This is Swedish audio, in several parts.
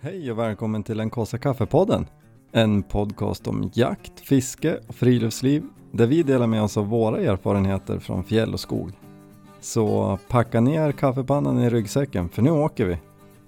Hej och välkommen till en Kåsa Kaffepodden. En podcast om jakt, fiske och friluftsliv där vi delar med oss av våra erfarenheter från fjäll och skog. Så packa ner kaffepannan i ryggsäcken för nu åker vi.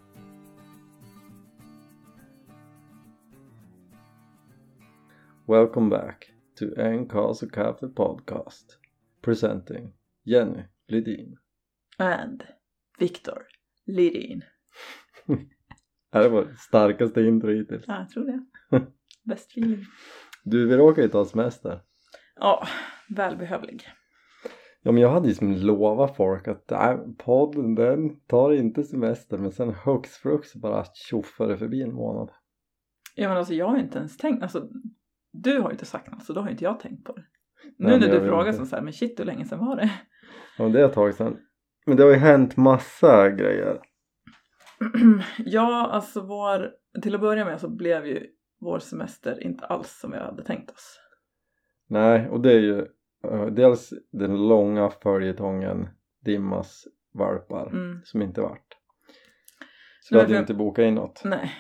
Welcome back to En Kåsa Kaffe podcast. Presenting Jenny Lidin. And Victor Lidin. Det var starkaste intro hittills. Ja, jag tror det. Best feeling. Du, vi råkar ju ta semester. Ja, välbehövlig. Ja, men jag hade ju som lovat folk att podden den tar inte semester, men sen hux flux bara tjoffade förbi en månad. Ja, men alltså jag har inte ens tänkt, alltså du har ju inte sagt något så då har inte jag tänkt på det. Nej, nu när du frågar så här, men shit hur länge sedan var det? Ja, men det är ett tag sedan. Men det har ju hänt massa grejer. Ja, alltså till att börja med så blev ju vår semester inte alls som vi hade tänkt oss. Nej, och det är ju dels den långa följetongen Dimmas valpar som inte vart. Så du hade ju inte bokat in något. Nej,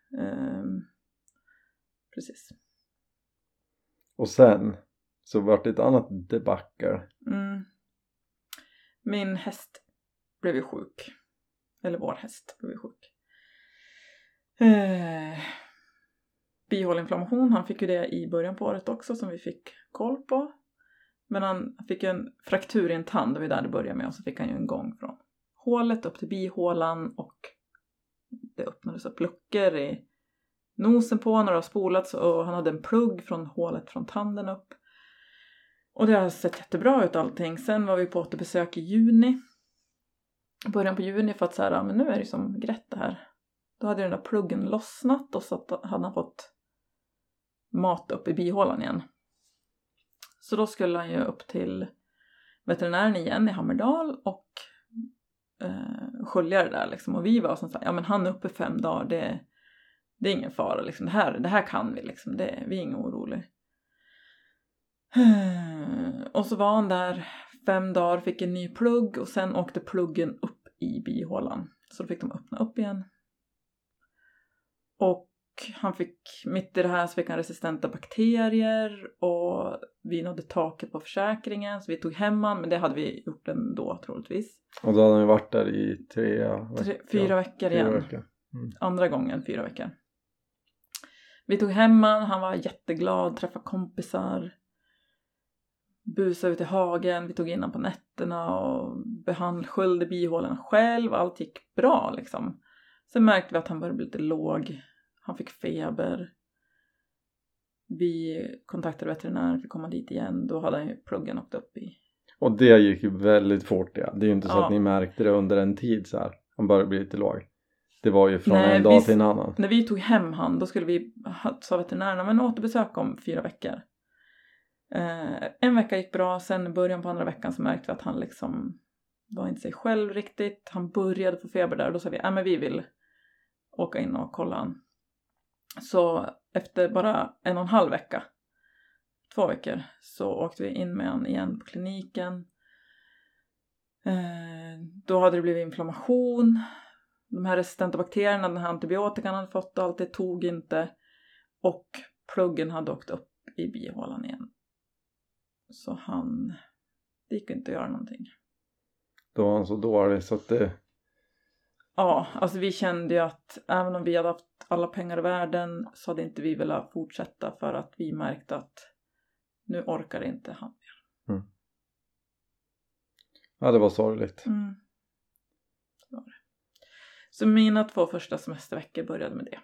precis. Och sen så vart det ett annat debacle. Min häst blev ju sjuk. Eller vår häst blev ju sjuk. Bihåleinflammation. Han fick ju det i början på året också som vi fick koll på. Men han fick ju en fraktur i en tand. Det var där det började med. Och så fick han ju en gång från hålet upp till bihålan. Och det öppnades upp luckor i nosen på när det har spolats. Och han hade en plugg från hålet från tanden upp. Och det har sett jättebra ut allting. Sen var vi på återbesök i juni. Början på juni för att så här, men nu är det som grätt det här. Då hade den där pluggen lossnat och så hade han fått mat upp i bihålan igen. Så då skulle han ju upp till veterinären igen i Hammerdal och skölja det där liksom. Och vi var som sagt, ja men han är uppe 5 dagar, det är ingen fara liksom. Det här kan vi liksom, vi är inga oroliga. Och så var han där 5 dagar, fick en ny plugg och sen åkte pluggen upp i bihålan. Så då fick de öppna upp igen. Och han fick, mitt i det här så fick han resistenta bakterier och vi nådde taket på försäkringen så vi tog hem han, men det hade vi gjort ändå troligtvis. Och då hade han varit där i 4 veckor igen. Andra gången 4 veckor. Vi tog hem han var jätteglad, träffade kompisar. Busade ut i hagen, vi tog in han på nätterna och sköljde bihålen själv. Allt gick bra liksom. Sen märkte vi att han började bli lite låg. Han fick feber. Vi kontaktade veterinären för att komma dit igen. Då hade han ju pluggen åkt upp i. Och det gick ju väldigt fort, ja. Det är ju inte så att ni märkte det under en tid så här. Han började bli lite låg. Det var ju från en dag till en annan. När vi tog hem han, då skulle vi, sa veterinärerna, men återbesök om 4 veckor. En vecka gick bra, sen i början på andra veckan så märkte vi att han liksom var inte sig själv riktigt. Han började få feber där och då sa vi, men vi vill åka in och kolla han. Så efter bara 1,5 vecka, 2 veckor, så åkte vi in med han igen på kliniken. Då hade det blivit inflammation. De här resistenta bakterierna, den här antibiotikan han fått och allt det tog inte. Och pluggen hade åkt upp i bihålan igen. Så det gick inte att göra någonting. Då var han så dålig så att det... Ja, alltså vi kände ju att även om vi hade haft alla pengar i världen så hade inte vi velat fortsätta för att vi märkte att nu orkar inte han mer. Ja, det var sorgligt. Det var det. Så mina 2 första semesterveckor började med det.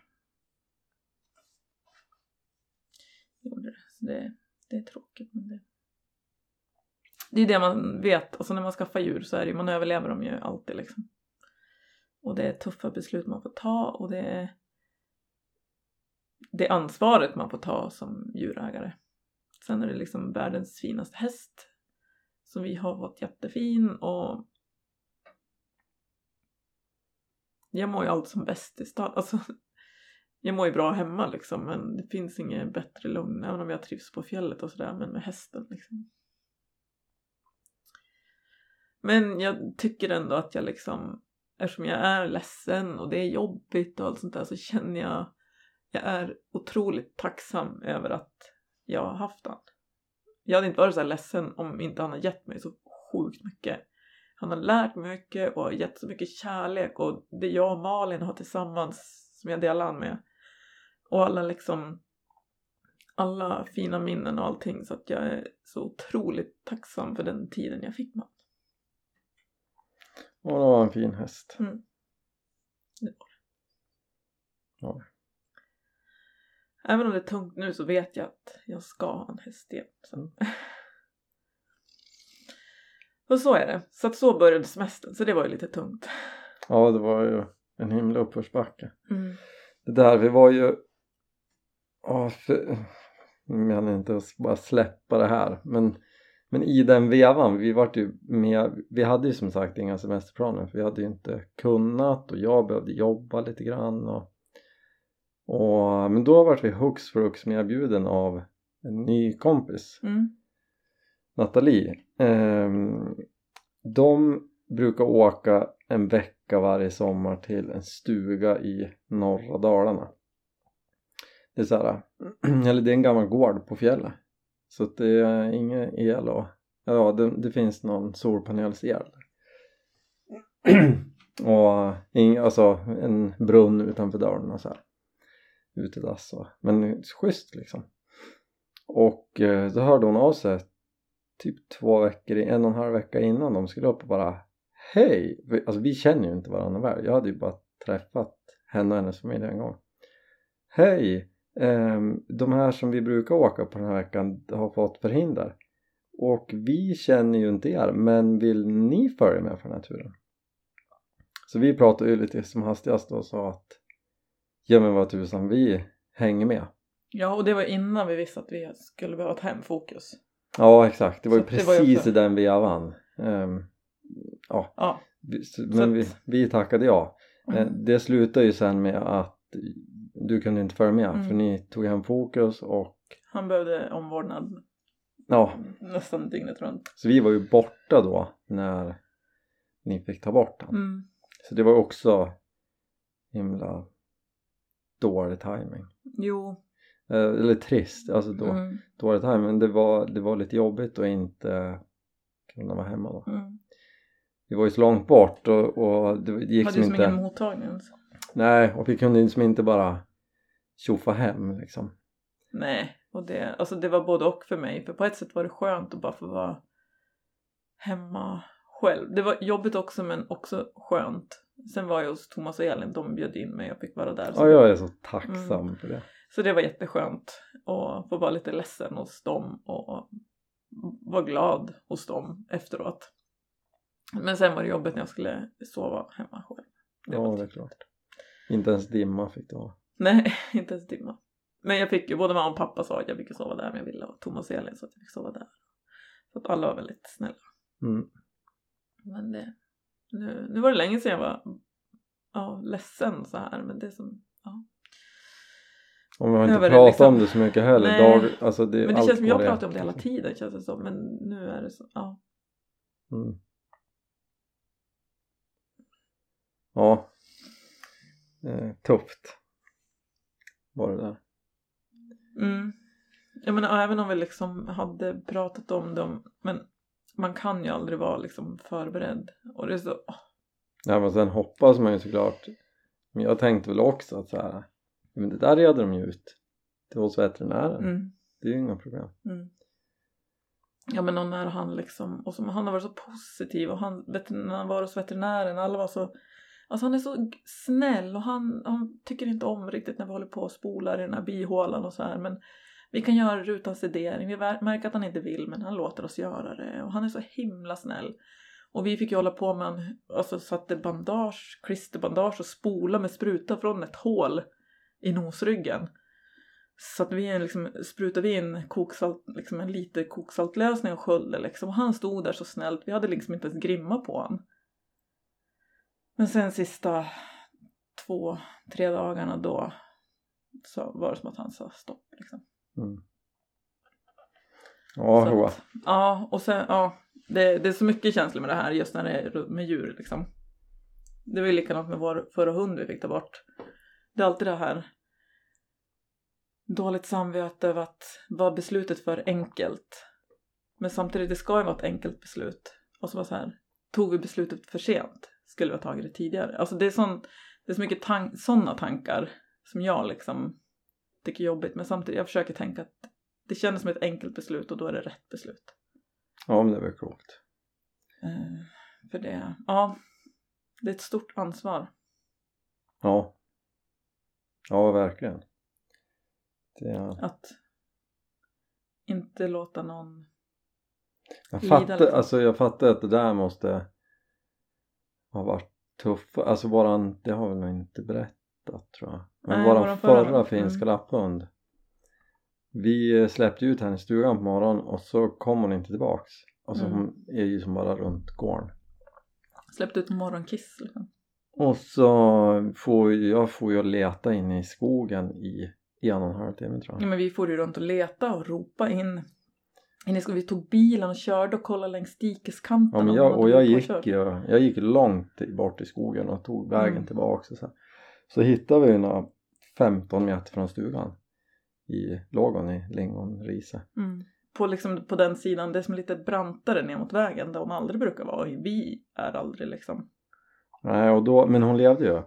Så det är tråkigt, men det är det man vet. Alltså när man skaffar djur så är det, man överlever dem ju alltid liksom. Och det är tuffa beslut man får ta och det är ansvaret man får ta som djurägare. Sen är det liksom världens finaste häst som vi har fått jättefin och jag mår ju alltid som bäst i stad. Alltså jag mår ju bra hemma liksom, men det finns inget bättre lugn även om jag trivs på fjället och sådär, men med hästen liksom. Men jag tycker ändå att jag liksom eftersom jag är ledsen och det är jobbigt och allt sånt där, så känner jag är otroligt tacksam över att jag har haft han. Jag hade inte varit så här ledsen om inte han har gett mig så sjukt mycket. Han har lärt mig mycket och gett så mycket kärlek, och det jag och Malin har tillsammans som jag delar med. Och alla fina minnen och allting, så att jag är så otroligt tacksam för den tiden jag fick med. Och det var en fin häst. Det var det. Ja. Även om det är tungt nu så vet jag att jag ska ha en häst igen. Och så är det. Så att så började semestern. Så det var ju lite tungt. Ja, det var ju en himla uppförsbacke. Det där, vi var ju... Jag menar inte att bara släppa det här. Men i den vevan, vi hade ju som sagt inga semesterplaner. För vi hade ju inte kunnat, och jag behövde jobba lite grann. Men då var vi hux flux medbjuden av en ny kompis. Nathalie. De brukar åka en vecka varje sommar till en stuga i norra Dalarna. Det är så här, eller det är en gammal gård på fjället. Så att det är ingen el och det finns någon solpanelsel. Och alltså en brunn utanför dörren och så här. Utedass och, men schysst liksom. Och så hörde hon av sig typ 1,5 vecka innan de skulle upp och bara hej, alltså vi känner ju inte varandra väl. Jag hade ju bara träffat henne och hennes familj en gång. Hej, de här som vi brukar åka på den här veckan har fått förhinder. Och vi känner ju inte er, men vill ni följa med för den här turen? Så vi pratade ju lite som hastigast och sa att ja men vad tusan, vi hänger med. Ja, och det var innan vi visste att vi skulle behöva ett hemfokus. Ja, exakt. Det var ju så precis i den vevan. Men vi tackade ja. Det slutade ju sen med att du kunde inte följa med. För ni tog hem fokus och... Han behövde omvårdnad. Ja. Nästan dygnet runt. Så vi var ju borta då när ni fick ta bort han. Så det var också himla dålig timing. Jo. Eller trist. Alltså då dålig timing. Men det var lite jobbigt att inte kunna vara hemma då. Vi var ju så långt bort och det gick hade som inte... inte... ingen mottagning ens. Nej, och vi kunde liksom inte bara tjoffa hem liksom. Nej, och det var både och för mig. För på ett sätt var det skönt att bara få vara hemma själv. Det var jobbigt också, men också skönt. Sen var jag hos Thomas och Elin, de bjöd in mig och fick vara där. Ja, jag är så tacksam för det. Så det var jätteskönt att få vara lite ledsen hos dem och vara glad hos dem efteråt. Men sen var det jobbigt när jag skulle sova hemma själv. Det är klart. Inte ens dimma fick du ha. Nej, inte ens dimma. Men jag fick ju, både mamma och pappa sa att jag fick sova där om jag ville, och Thomas och Elin sa att jag fick sova där. Så att alla var väldigt snälla. Men nu var det länge sedan jag var ledsen så här, men det är som, Om vi har inte pratat liksom om det så mycket heller. Nej, alltså det men det känns som jag pratar om det hela tiden, känns det som. Men nu är det så, Ja. Tufft var det där. Jag menar, även om vi liksom hade pratat om dem, men man kan ju aldrig vara liksom förberedd. Och det är så... Ja, men sen hoppas man ju såklart. Men jag tänkte väl också att så här, men det där reder de ju ut till hos veterinären. Det är ju inga problem. Ja, men när han liksom, och som han har varit så positiv, och när han var hos veterinären, alla var så, alltså han är så snäll, och han tycker inte om riktigt när vi håller på och spolar i den här bihålan och så här, men vi kan göra det utan sedering. Vi märker att han inte vill, men han låter oss göra det, och han är så himla snäll. Och vi fick ju hålla på med alltså satte klisterbandage och spola med spruta från ett hål i nosryggen. Så att vi liksom sprutade vi in koksalt, liksom en liter koksaltlösning och sköljde liksom. Och han stod där så snällt. Vi hade liksom inte ens grimma på han. Men sen sista 2-3 dagarna då så var det som att han sa stopp liksom. Ja, och sen det är så mycket känslor med det här just när det är med djur liksom. Det var ju likadant med vår förra hund vi fick ta bort. Det är alltid det här dåligt samvete över att var beslutet för enkelt. Men samtidigt, det ska ju vara ett enkelt beslut. Och så var så här, tog vi beslutet för sent, skulle vi ha tagit det tidigare. Alltså det är så mycket sådana tankar som jag liksom tycker är jobbigt. Men samtidigt, jag försöker tänka att det känns som ett enkelt beslut och då är det rätt beslut. Ja, men det var klokt. För det är ett stort ansvar. Ja. Ja, verkligen. Att inte låta någon jag lida liksom. Jag fattar att det där måste ha varit tufft. Alltså det har vi nog inte berättat, tror jag. Men våran förra finska lapphund. Vi släppte ut henne i stugan på morgonen och så kom hon inte tillbaks. Alltså hon är ju som bara runt gården. Släppte ut en morgonkiss liksom. Och så får jag leta in i skogen i 1,5 timme, tror jag. Ja, men vi får ju runt och leta och ropa in. Vi tog bilen och körde och kollade längs dikeskanten. Ja, men jag gick långt bort i skogen och tog vägen tillbaka. Så hittade vi några 15 meter från stugan. Låg i lingonrise. På den sidan, det är som lite brantare ner mot vägen där hon aldrig brukar vara. Vi är aldrig liksom. Nej, men hon levde ju.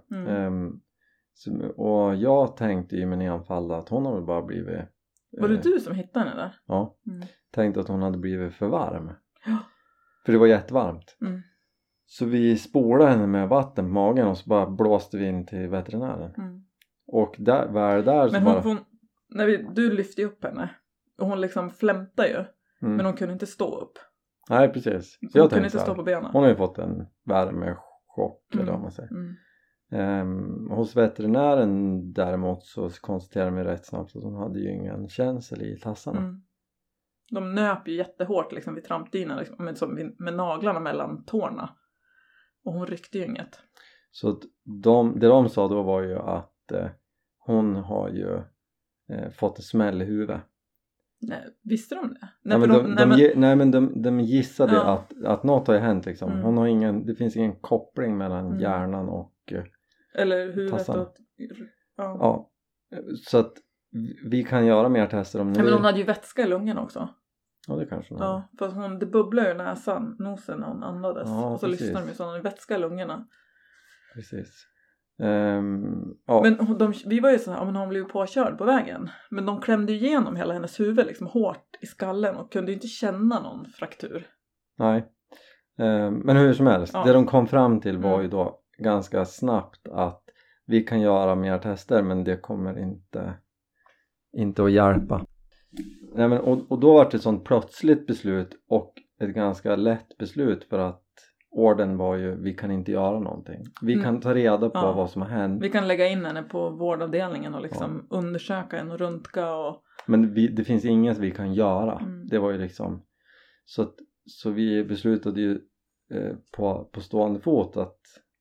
Och jag tänkte i min enfald att hon har väl bara blivit... Var det du som hittade henne där? Ja, tänkte att hon hade blivit för varm. Ja. För det var jättevarmt. Så vi spolade henne med vatten på magen och så bara blåste vi in till veterinären. Och där så bara... Du lyfte upp henne och hon liksom flämtade ju. Men hon kunde inte stå upp. Nej, precis. Så hon kunde inte stå på benen. Hon har ju fått en värmechock eller vad man säger. Hos veterinären däremot så konstaterade de rätt snabbt att hon hade ju ingen känsel i tassarna. De nöp ju jättehårt liksom vid trampdynan liksom, med naglarna mellan tårna. Och hon ryckte ju inget. Så det de sa då var ju att hon har ju fått en smäll i huvudet. Nej, visste de det? Nej, men de gissade att något har ju hänt liksom. Hon har det finns ingen koppling mellan hjärnan och eller huvudet tassarna. Och ja, så att vi kan göra mer tester om men hon hade ju vätska i lungen också. Ja, det kanske hon hade. Ja, för det bubblar ju nosen när hon andades. Och så lyssnar de ju så hon hade vätska i lungorna. Precis. Men vi var ju så här, men hon blev påkörd på vägen. Men de klämde igenom hela hennes huvud liksom hårt i skallen och kunde ju inte känna någon fraktur. Nej. Men hur som helst, det de kom fram till var ju då ganska snabbt att vi kan göra mer tester, men det kommer inte att hjälpa. Nej, men, och då var det ett sånt plötsligt beslut och ett ganska lätt beslut, för att orden var ju, vi kan inte göra någonting. Vi kan ta reda på vad som har hänt. Vi kan lägga in henne på vårdavdelningen och liksom undersöka henne och röntga och... Men det finns inget vi kan göra. Det var ju liksom... Så vi beslutade ju på stående fot att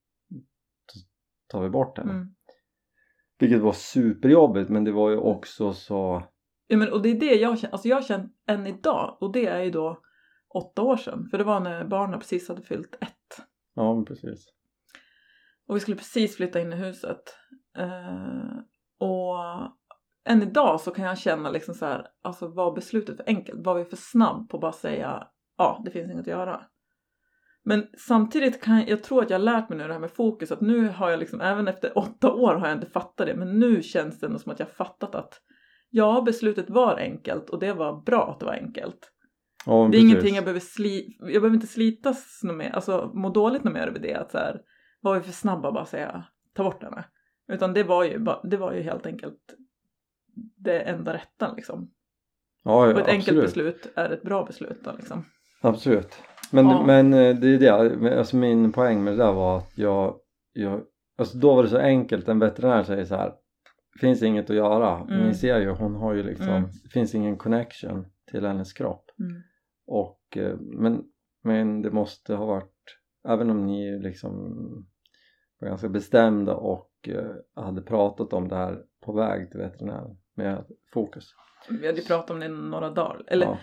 ta vi bort henne. Vilket var superjobbigt, men det var ju också så... Ja, men och det är det jag känner. Alltså jag känner än idag, och det är ju då 8 år sedan. För det var när barnen precis hade fyllt 1. Ja, men precis. Och vi skulle precis flytta in i huset. Och än idag så kan jag känna liksom så här, alltså var beslutet för enkelt? Var vi för snabb på att bara säga, det finns inget att göra? Men samtidigt jag tror att jag har lärt mig nu det här med fokus. Att nu har jag liksom, även efter 8 år har jag inte fattat det. Men nu känns det som att jag har fattat att beslutet var enkelt. Och det var bra att det var enkelt. Ja, det är ingenting jag behöver inte slitas något mer, alltså må dåligt något mer över det, att så här, var vi för snabba bara säga ta bort henne, utan det var ju helt enkelt det enda rätta liksom. Och ett enkelt beslut är ett bra beslut då, liksom. Absolut. Men det är det, alltså min poäng med det där var att jag alltså då var det så enkelt. En veterinär säger så här, finns inget att göra. Ni ser ju, hon har ju liksom, det finns ingen connection till hennes kropp. Och men det måste ha varit, även om ni liksom var ganska bestämda och hade pratat om det här på väg till veterinären med fokus. Vi hade pratat om det i några dagar, eller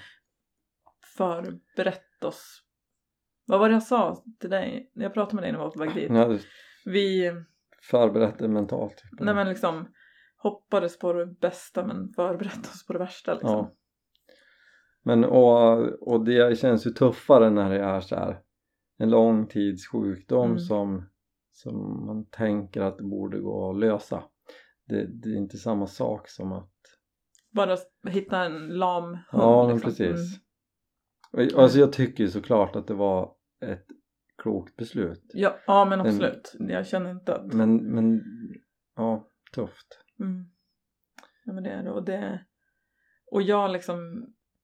förberett oss. Vad var det jag sa till dig när jag pratade med dig när jag var på väg dit? Vi förberett det mentalt. Typ. Nej men liksom hoppades på det bästa men förberett oss på det värsta liksom. Ja. Men och det känns ju tuffare när det är så här en lång tids sjukdom som man tänker att det borde gå att lösa. Det är inte samma sak som att bara hitta en lam hund. Ja, men liksom. precis. Alltså jag tycker ju såklart att det var ett klokt beslut. Ja men absolut. Jag känner inte att... Men ja, tufft. Ja men det är det. Och jag liksom...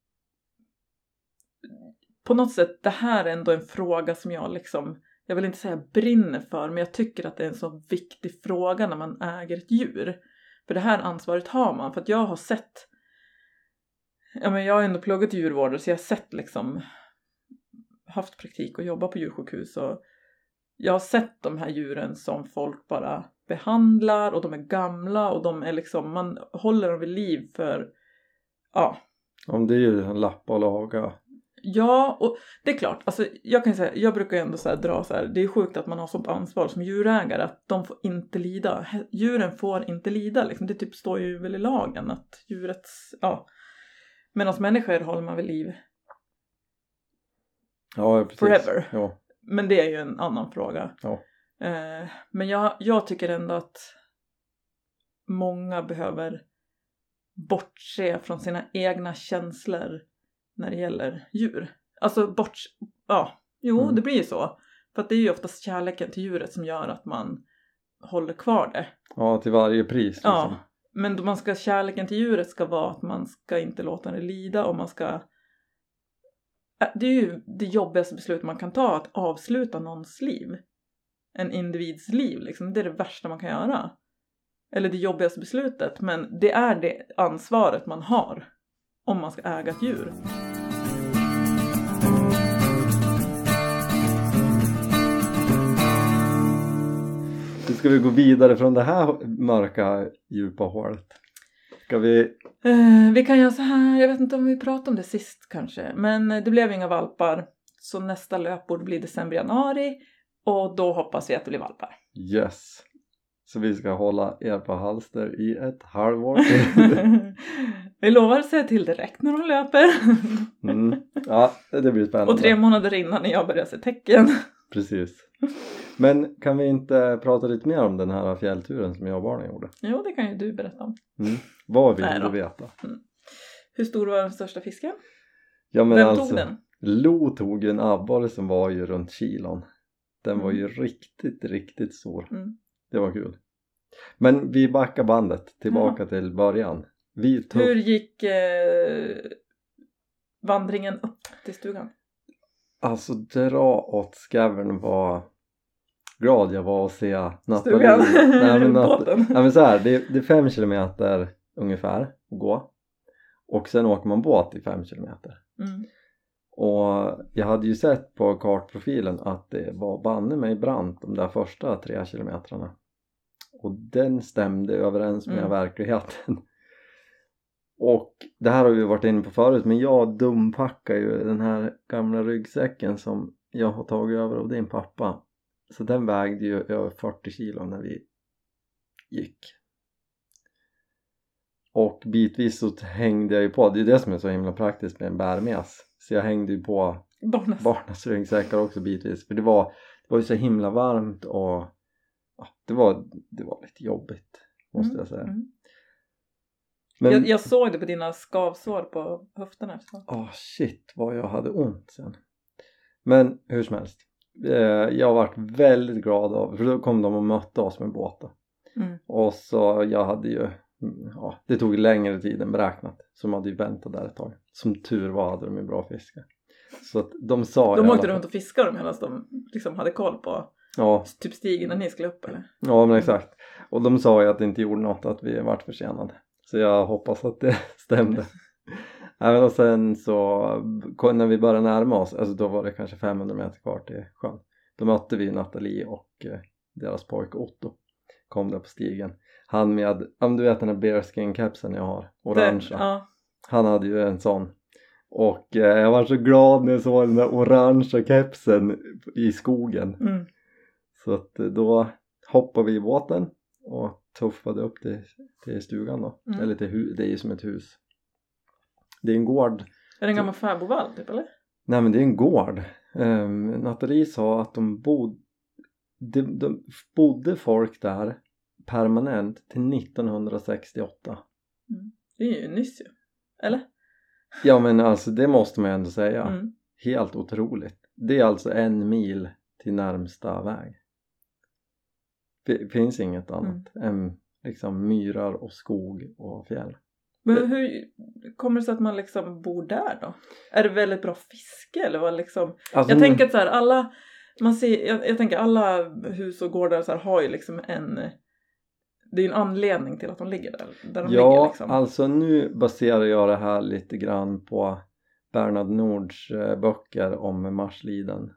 På något sätt, det här är ändå en fråga som jag liksom... Jag vill inte säga brinner för, men jag tycker att det är en så viktig fråga när man äger ett djur. För det här ansvaret har man. För att jag har sett... Ja men jag har ändå pluggat djurvårdare så jag har sett liksom... Haft praktik och jobbat på djursjukhus och... Jag har sett de här djuren som folk bara behandlar och de är gamla och de är liksom, man håller dem vid liv för, ja. Om det är ju en lappa och laga. Ja, och det är klart, alltså jag kan säga, jag brukar ändå så här dra så här, det är sjukt att man har sånt ansvar som djurägare att de får inte lida. Djuren får inte lida liksom, det typ står ju väl i lagen att djurets, ja. Medan människor håller man vid liv. Ja, precis. Forever. Ja. Men det är ju en annan fråga. Ja. Men jag tycker ändå att många behöver bortse från sina egna känslor när det gäller djur. Alltså det blir ju så. För att det är ju oftast kärleken till djuret som gör att man håller kvar det. Ja, till varje pris. Liksom. Ja, men kärleken till djuret ska vara att man ska inte låta det lida och man ska... Det är ju det jobbigaste beslutet man kan ta, att avsluta någons liv. En individs liv liksom. Det är det värsta man kan göra. Eller det jobbigaste beslutet. Men det är det ansvaret man har om man ska äga ett djur. Nu ska vi gå vidare från det här mörka djupa hålet. Ska vi... Vi kan göra så här, jag vet inte om vi pratade om det sist kanske. Men det blev inga valpar. Så nästa löpbord blir december-januari. Och då hoppas vi att det blir valpar. Yes. Så vi ska hålla er på halster i ett halvår. Vi lovar att säga till direkt när de löper. Ja, det blir spännande. Och 3 månader innan när jag börjar se tecken. Precis. Men kan vi inte prata lite mer om den här fjällturen som jag och barnen gjorde? Jo, det kan ju du berätta om. Vad vill du veta? Hur stor var den största fisken? Ja, men vem alltså, tog den? Lo tog en abborre som var ju runt kilon. Den var ju riktigt, riktigt stor. Det var kul. Men vi backar bandet tillbaka till början. Hur gick vandringen upp till stugan? Alltså dra åt skavern var glad jag var att se stugan. Nej men så här, det är 5 kilometer ungefär att gå. Och sen åker man båt i 5 kilometer. Och jag hade ju sett på kartprofilen att det var banne mig brant de där första 3 kilometrarna. Och den stämde överens med verkligheten. Och det här har vi varit inne på förut, men jag dumpackar ju den här gamla ryggsäcken som jag har tagit över av din pappa. Så den vägde ju över 40 kilo när vi gick. Och bitvis så hängde jag ju på, det är det som är så himla praktiskt med en bärmes. Så jag hängde ju på barnas ryggsäckar också bitvis. För det var ju så himla varmt och ja, det var lite jobbigt måste jag säga. Men, jag såg det på dina skavsår på höfterna efteråt. Shit vad jag hade ont sen. Men hur som helst. Jag har varit väldigt glad av, för då kom de och mötte oss med båten. Och så jag hade ju, det tog längre tid än beräknat. Så de hade ju väntat där ett tag. Som tur var hade de ju bra fiskar. Så att de sa... De åkte runt och fiskade medan de liksom hade koll på typ stigen när ni skulle upp eller? Ja men exakt. Och de sa ju att det inte gjorde något att vi varit försenade. Så jag hoppas att det stämde. Även och sen så när vi började närma oss, alltså då var det kanske 500 meter kvar till sjön. Då mötte vi Nathalie och deras pojke Otto. Kom där på stigen. Han med, om du vet den här bearskin-kepsen jag har, orangea. Han hade ju en sån. Och jag var så glad när jag såg den där orangea kepsen i skogen. Så att då hoppade vi i båten och tuffade upp till stugan då. Eller det är ju som ett hus. Det är en gård. Är det en gammal fäbodvall typ eller? Nej, men det är en gård. Nathalie sa att de bodde folk där permanent till 1968. Det är ju nyss ju. Eller? Ja, men alltså det måste man ju ändå säga. Helt otroligt. Det är alltså 1 mil till närmsta väg. Det finns inget annat än liksom myrar och skog och fjäll. Men hur kommer det sig att man liksom bor där då? Är det väldigt bra fiske eller vad liksom? Alltså, jag tänker att så här, alla man ser, jag tänker alla hus och gårdar så här har ju liksom det är en anledning till att de ligger där de ligger liksom. Alltså nu baserar jag det här lite grann på Bernhard Nords böcker om Marsliden.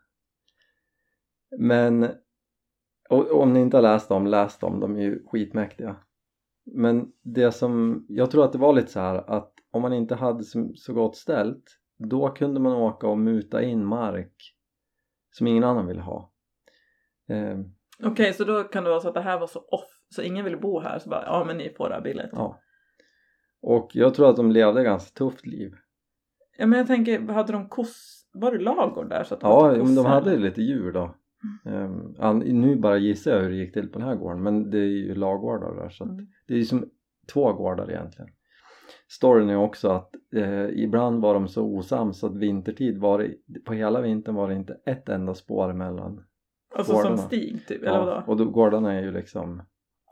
Men och om ni inte har läst dem, de är ju skitmäktiga. Men det som, jag tror att det var lite så här att om man inte hade så gott ställt, då kunde man åka och muta in mark som ingen annan ville ha. Okej, så då kan det vara så att det här var så off, så ingen ville bo här, så bara, ja men ni får det här billigt. Ja. Och jag tror att de levde ganska tufft liv. Ja, men jag tänker, hade de var det lagård där? Så att men de hade lite djur då. Nu bara gissar jag hur det gick till på den här gården, men det är ju lagårdar där, så att det är ju som 2 gårdar egentligen. Storyn är också att ibland var de så osams så att vintertid på hela vintern var det inte ett enda spår mellan alltså gårdarna. Som stig typ, eller vadå? Och då, gårdarna är ju liksom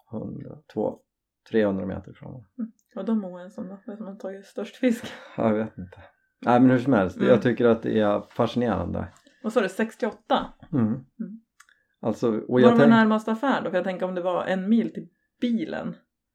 300 meter ifrån. Och de är en sån då, för att man tar ju störst fisk. Jag vet inte. Nej, men hur som helst, jag tycker att det är fascinerande. Och så är det 68? Alltså, och var det närmaste affär då? För jag tänker om det var 1 mil till bilen.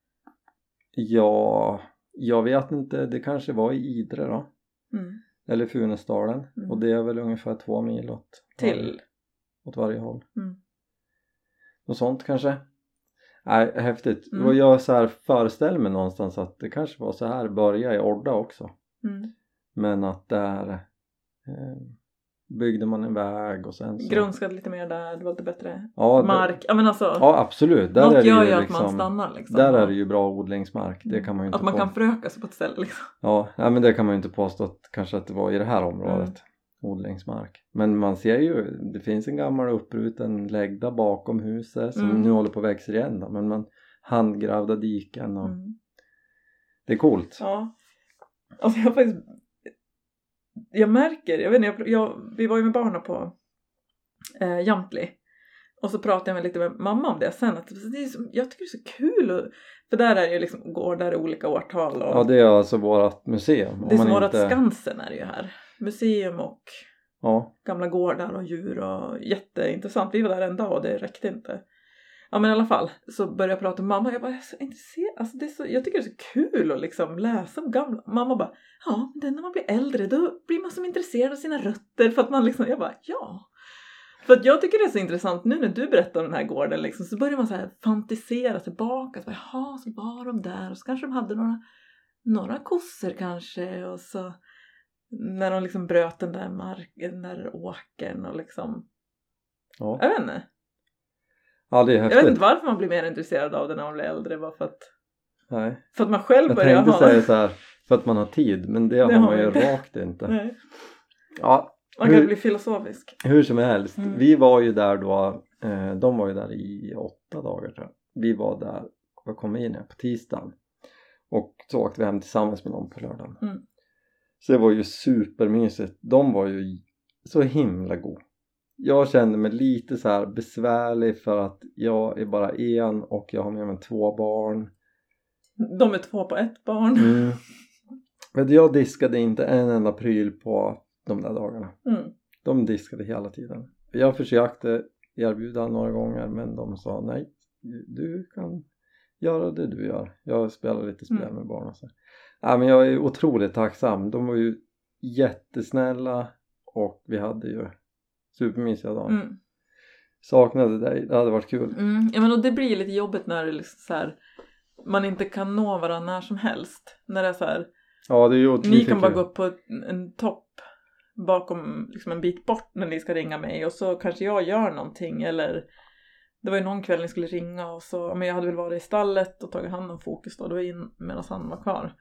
Ja, jag vet inte. Det kanske var i Idre då. Eller Funäsdalen. Och det är väl ungefär 2 mil åt varje håll. Något sånt kanske. Nej, häftigt. Och jag så här föreställer mig någonstans att det kanske var så här börja i Orda också. Men att där byggde man en väg och sen så grönskade lite mer där, det var lite bättre mark. Ja, men alltså, ja, absolut. Där något är det gör ju ju liksom, att man stannar liksom. Där är det ju bra odlingsmark. Det kan man ju inte att man kan föröka sig på ett ställe liksom. Ja, men det kan man ju inte påstå att kanske att det var i det här området. Odlingsmark. Men man ser ju, det finns en gammal uppbruten läggda bakom huset som nu håller på att växa igen då, men man handgravda diken och det är coolt. Ja. Alltså jag märker, jag vet inte, vi var ju med barnen på Jamtli. Och så pratade jag lite med mamma om det sen. Att det är jag tycker det är så kul. För där är det ju liksom gårdar i olika årtal. Och ja, det är alltså vårat museum. Det är som vårat Skansen är det ju här. Museum och gamla gårdar och djur. Och jätteintressant. Vi var där en dag och det räckte inte. Ja, men i alla fall så började jag prata med mamma. Jag bara, jag är så intresserad. Alltså jag tycker det är så kul att liksom läsa om gamla. Mamma bara, ja, men när man blir äldre då blir man som intresserad av sina rötter. För att man liksom, jag bara, ja. För att jag tycker det är så intressant nu när du berättar om den här gården liksom, så börjar man så här fantisera tillbaka. Så bara, jaha, så var de där. Och så kanske de hade några kossor kanske. Och så när de liksom bröt den där marken, den där åkern och liksom. Ja. Jag vet inte. Ja, det är häftigt. Jag vet inte varför man blir mer intresserad av det när man blir äldre. Bara för att, nej. För att man själv börjar ha. Jag tänkte säga så här, för att man har tid. Men det har man ju rakt inte. Nej. Ja. Man kan bli filosofisk. Hur som helst. Vi var ju där då. De var ju där i 8 dagar tror jag. Vi var där. Jag kom in här på tisdagen. Och så åkte vi hem tillsammans med dem på lördagen. Så det var ju supermysigt. De var ju så himla god. Jag kände mig lite så här besvärlig för att jag är bara en och jag har med mig 2 barn. De är 2 på 1 barn. Men jag diskade inte en enda pryl på de där dagarna. De diskade hela tiden. Jag försökte erbjuda några gånger men de sa nej. Du kan göra det du gör. Jag spelar lite spel med barn och så. Ja, men jag är otroligt tacksam. De var ju jättesnälla och vi hade ju supermysiga dagar. Saknade dig, det hade varit kul. Ja, men och det blir lite jobbigt när det liksom så här, man inte kan nå varandra när som helst. När det är så här, ja, det är ju, ni kan bara gå upp på en topp bakom liksom en bit bort när ni ska ringa mig och så kanske jag gör någonting eller det var ju någon kväll ni skulle ringa och så, men jag hade väl varit i stallet och tagit hand om Fokus då. Det var in medan han var kvar.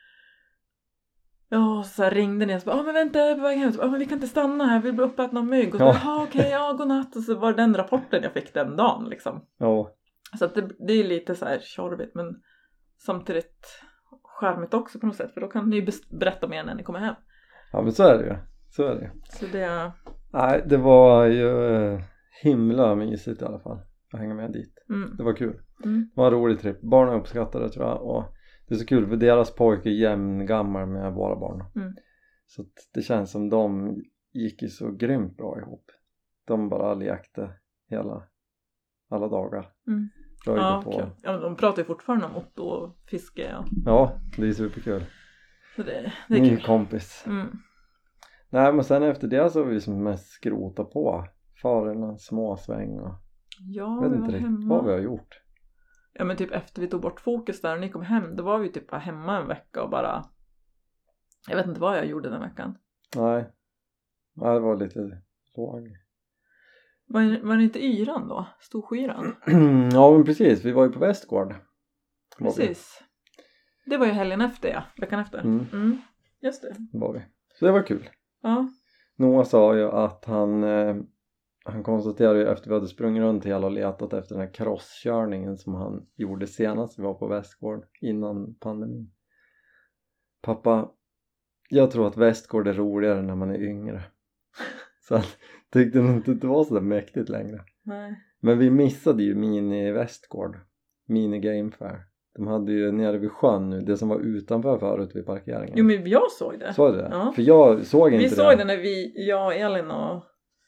Ja, så här ringde ni och så bara, men vänta, jag är på väg hem. Men vi kan inte stanna här, vi blir uppätna av mygg. Och så okej, godnatt. Och så var det den rapporten jag fick den dagen liksom. Ja. Så att det är lite så här tjorvigt, men samtidigt charmigt också på något sätt. För då kan ni berätta mer när ni kommer hem. Ja, men så är det ju. Så är det ju. Så det... Nej, det var ju himla mysigt i alla fall att hänga med dit. Det var kul. Det var en rolig trip. Barnen uppskattade det, tror jag. Och det är så kul för deras pojke är jämngammal med våra barn. Så att det känns som de gick ju så grymt bra ihop. De bara lekte alla dagar. Ja, kul. Ja, de pratar ju fortfarande om Otto och fiske. Ja, det är superkul. Så det är Ny kul. kompis. Nej, men sen efter det så har vi som mest skrota på. Far en små sväng och ja, vet inte riktigt vad vi har gjort. Ja, men typ efter vi tog bort Fokus där och ni kom hem, då var vi typ bara hemma en vecka och bara... Jag vet inte vad jag gjorde den veckan. Nej, det var lite låg. Var det inte Yran då? Storskyran? Ja, men precis. Vi var ju på Västgård. Precis. Det var ju helgen efter, ja. Veckan efter. Just det. Var vi. Så det var kul. Ja. Noah sa ju att han konstaterade ju efter vi hade sprungit runt hela och letat efter den här crosskörningen som han gjorde senast vi var på Västgård innan pandemin. Pappa, jag tror att Västgård är roligare när man är yngre. Så han tyckte nog inte det var så där mäktigt längre. Nej. Men vi missade ju Mini Västgård. Mini Game Fair. De hade ju nere vid sjön nu, det som var utanför förut vid parkeringen. Jo, men jag såg det. Såg det? Ja. För jag såg inte det. Vi såg det när jag, Elin och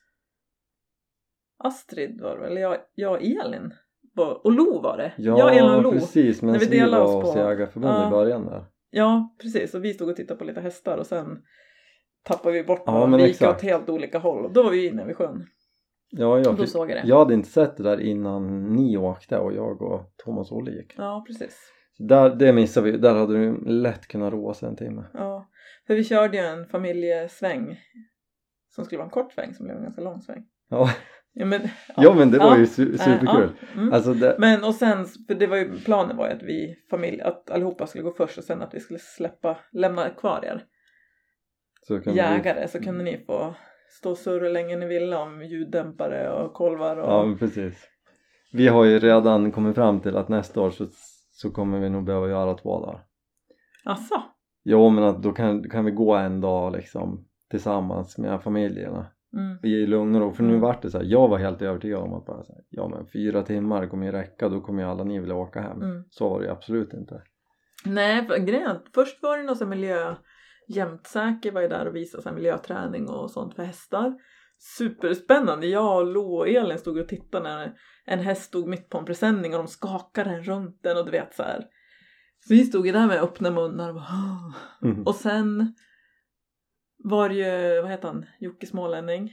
Astrid var det, eller jag och Elin och Lo var det. Ja, Elin och Lo. Precis, men vi delade var oss hos Jägarförbundet i början där. Ja, precis, och vi stod och tittade på lite hästar och sen tappade vi bort ja, och vi gick exakt. åt helt olika håll och då var vi inne vid sjön. Ja, och då såg jag det. Jag hade inte sett det där innan ni åkte och jag och Thomas och Olle gick. Ja, precis. Det missade vi, där hade du lätt kunnat roa sig en timme. Ja, för vi körde ju en familjesväng som skulle vara en kort sväng som blev en ganska lång sväng. Ja. Ja, men det var ju superkul. Alltså men och sen, för det var ju, planen var ju att att allihopa skulle gå först och sen att vi skulle lämna kvar er jägare, så kunde ni få stå och surra länge ni ville om ljuddämpare och kolvar och... Ja, men precis. Vi har ju redan kommit fram till att nästa år så kommer vi nog behöva göra 2 dagar. Asså? Jo, men att då kan vi gå en dag liksom tillsammans med familjerna. Vi är i lugn och ro. För nu vart det så här, jag var helt övertygad om att bara så här, ja men 4 timmar kommer ju räcka, då kommer ju alla ni vilja åka hem. Så var det ju absolut inte. Nej, för grejen, först var det någon sån jämtsäker var ju där och visade så här miljöträning och sånt för hästar. Superspännande. Jag och Lo och Elin stod och tittade när en häst stod mitt på en presenning och de skakade den runt den och du vet så här. Så vi stod ju där med öppna munnar och bara, och sen var det ju, vad heter han? Jocke Smålänning.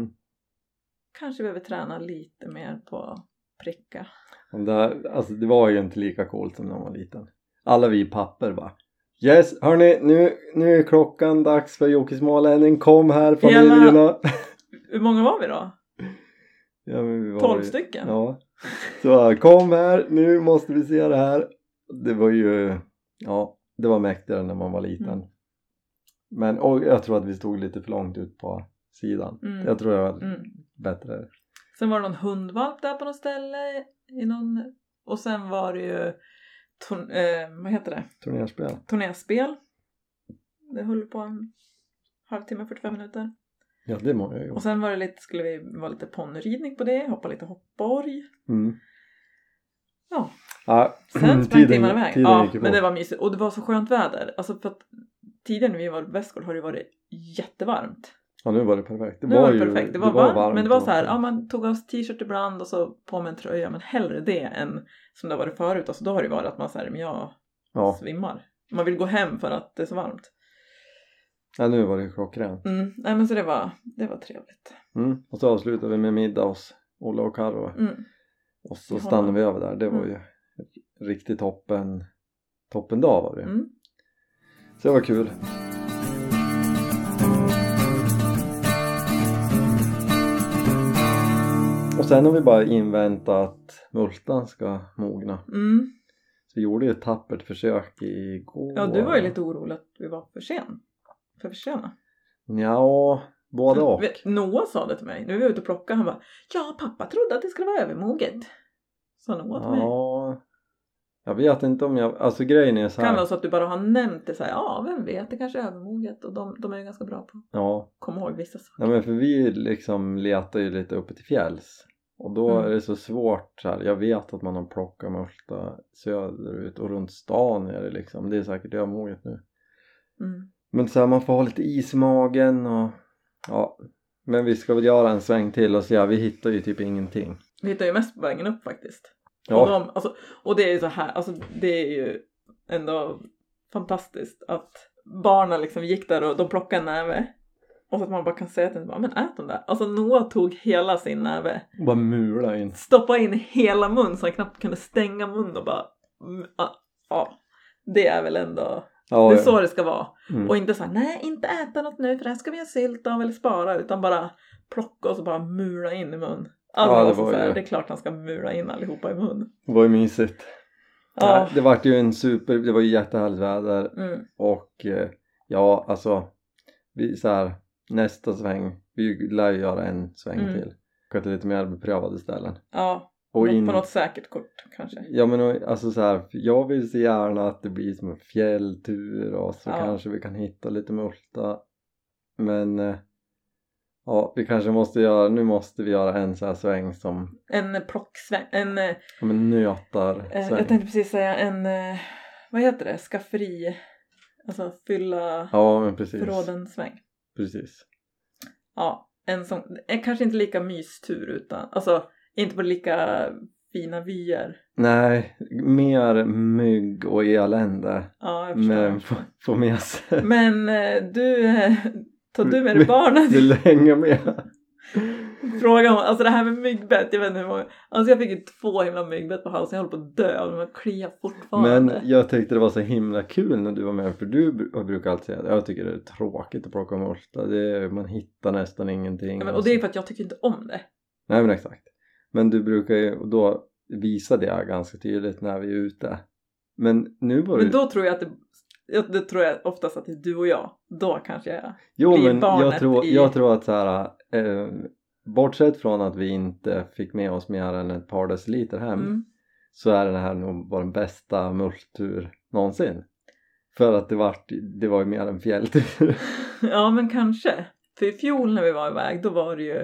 Kanske behöver träna lite mer på pricka. Det var ju inte lika coolt som när man var liten. Alla vi papper bara, yes, hörni, nu är klockan dags för Jocke Smålänning. Kom här familjerna. Hur många var vi då? Ja, men vi var 12 stycken. Ja. Så kom här, nu måste vi se det här. Det var ju, ja, det var mäktigare när man var liten. Men jag tror att vi stod lite för långt ut på sidan. Jag tror det var bättre. Sen var det någon hundvalp där på något ställe. Och sen var det ju vad heter det? Turnerspel. Det höll på en halvtimme, 45 minuter. Ja, det må jag ju. Och sen var det skulle vi vara lite ponnyridning på det. Hoppa lite hoppborg. Ja. Sen sprang timmarna iväg. Ja, men det var mysigt. Och det var så skönt väder. Alltså för att tidigare när vi var på Västgård har det varit jättevarmt. Ja, nu var det perfekt. Det var varmt, men det var så här, ja, man tog av t-shirt ibland och så på med en tröja, men hellre det än som det var förut. Alltså då har det varit att man säger, men jag svimmar. Man vill gå hem för att det är så varmt. Ja, nu var det klockrent. Nej, men så det var trevligt. Och så avslutade vi med middag hos Ola och Karo. Och så stannade vi över där. Det var ju riktigt toppen dag var det. Så det var kul. Och sen har vi bara inväntat att multan ska mogna. Så vi gjorde ju ett tappert försök igår. Ja, du var ju lite orolig att vi var för sena. Ja, både och. Noah sa det till mig. Nu är vi ute och plockar. Han bara, ja, pappa trodde att det skulle vara övermoget. Sa Noah till mig. Ja, jag vet inte om jag... Alltså grejen är så här. Kan vara så att du bara har nämnt det så här. Ja, vem vet, det kanske är övermoget. Och de är ju ganska bra på att komma ihåg vissa saker. Ja, men för vi liksom letar ju lite uppe till fjälls. Och då är det så svårt så här. Jag vet att man har plockat multa söderut och runt stan är det liksom. Det är säkert övermoget nu. Men så här, man får ha lite is i magen och ja. Men vi ska väl göra en sväng till och se. Vi hittar ju typ ingenting. Vi hittar ju mest på vägen upp faktiskt. Ja. Och det är ju så här, alltså det är ju ändå fantastiskt att barnen liksom gick där och de plockade en näve. Och så att man bara kan säga till dem, men ät de där. Alltså Noah tog hela sin näve. Och bara mula in. Stoppa in hela mun så han knappt kunde stänga mun och bara, det är väl ändå, det är så det ska vara. Och inte så här, nej inte äta något nu för det här ska vi ha sylt av eller spara. Utan bara plocka och så bara mula in i mun. Alltså det är klart han ska mula in allihopa i mun. Det var ju mysigt. Ja. Det var ju det var ju jättehärligt väder. Och ja, alltså vi så här, nästa sväng, vi lär ju göra en sväng till. Kanske lite mer beprövade ställen. Ja, och på något säkert kort kanske. Ja, men alltså så här, jag vill så gärna att det blir som en fjälltur och så kanske vi kan hitta lite multa. Men ja, vi kanske måste göra, nu måste vi göra en så här sväng som en plocksväng, en nötarsväng. Jag tänkte precis säga vad heter det, skafferi, alltså fylla förråden sväng. Precis. Ja, en som är kanske inte lika mystur utan, alltså inte på lika fina vyer. Nej, mer mygg och elände. Ja, jag förstår. Men få med sig. Men tar du med dig barnen? Vill du hänga med? Fråga om, alltså det här med myggbett, jag vet inte hur många. Alltså jag fick ju 2 himla myggbett på halsen, jag håller på att dö och de kliar fortfarande. Men jag tyckte det var så himla kul när du var med, för du brukar alltid säga att jag tycker det är tråkigt att plocka multa, man hittar nästan ingenting. Ja, men, och det är för att jag tycker inte om det. Nej men exakt. Men du brukar ju då visa det ganska tydligt när vi är ute. Men nu var Men då tror jag att det tror jag oftast att det är du och jag. Då kanske jag blir barnet. Jag tror att så här, bortsett från att vi inte fick med oss mer än ett par deciliter hem, så är det här nog vår bästa multtur någonsin. För att det var ju mer en fjälltur. Ja, men kanske. För i fjol när vi var iväg, då var det ju,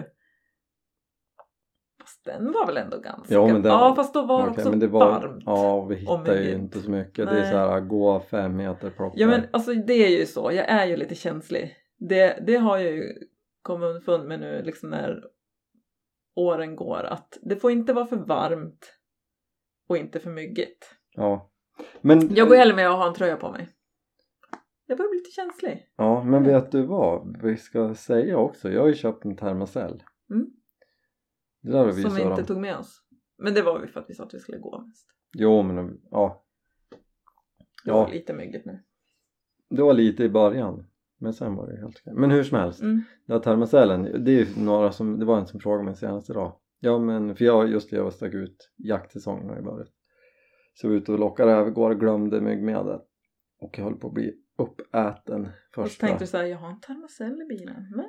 fast den var väl ändå ganska... Ja, fast då var det också varmt. Ja, vi hittade ju inte så mycket. Nej. Det är så här, gå 5 meter plocka. Ja, men alltså det är ju så. Jag är ju lite känslig. Det har jag ju kommit underfund med nu liksom när åren går. Att det får inte vara för varmt och inte för myggigt. Ja. Men jag går hellre med att ha en tröja på mig. Jag börjar bli lite känslig. Ja, men vet du vad? Vi ska säga också. Jag har ju köpt en termocell. Det där som vi inte tog med oss. Men det var vi för att vi sa att vi skulle gå mest. Jo, men ja. Det var lite mycket nu. Det var lite i början. Men sen var det helt okej. Men hur som helst. Den här termocellen. Det är ju det var en som frågade mig senast idag. Ja, men för jag stack ut. Jaktsäsongen har ju börjat. Så vi ute och lockade över och glömde myggmedel. Och jag höll på att bli uppäten första. Och så tänkte du såhär, jag har en termocell i bilen. Men...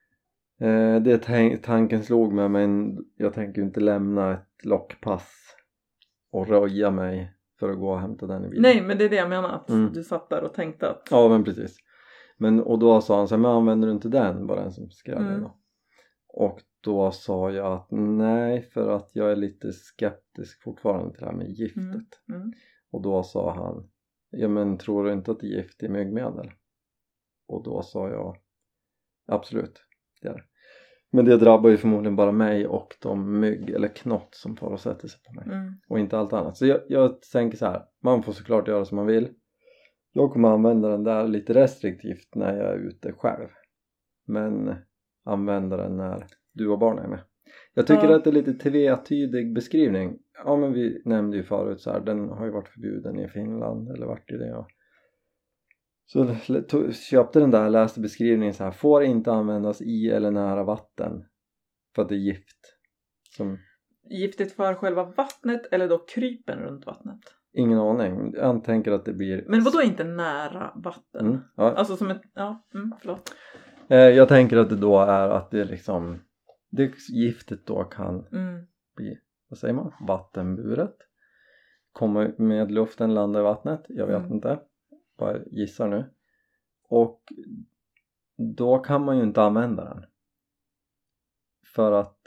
tanken slog mig, men jag tänker inte lämna ett lockpass och röja mig för att gå och hämta den i bilen. Nej, men det är det jag menar, att du satt där och tänkte att... Ja, men precis. Och då sa han så här, men använder du inte den? Bara en som skrämde då. Och då sa jag att nej, för att jag är lite skeptisk fortfarande till det här med giftet. Och då sa han, ja men tror du inte att det är gift i myggmedel? Och då sa jag, absolut. Men det drabbar ju förmodligen bara mig och de mygg eller knott som får och sätter sig på mig. Och inte allt annat. Så jag tänker så här, man får såklart göra som man vill. Jag kommer använda den där lite restriktivt när jag är ute själv. Men använda den när du och barnen är med. Jag tycker att det är lite tvetydig beskrivning. Ja, men vi nämnde ju förut så här, den har ju varit förbjuden i Finland. Eller vart ju det, ja. Så köpte den där, läste beskrivningen så här, får inte användas i eller nära vatten för att det är gift. Giftigt för själva vattnet eller då krypen runt vattnet? Ingen aning. Jag tänker att det blir... Men vadå inte nära vatten? Ja. Alltså som ett... Ja, förlåt. Jag tänker att det då är att det liksom... Det giftet då kan bli, vad säger man? Vattenburet. Kommer med luften, landa i vattnet. Jag vet inte. Bara gissar nu. Och då kan man ju inte använda den. För att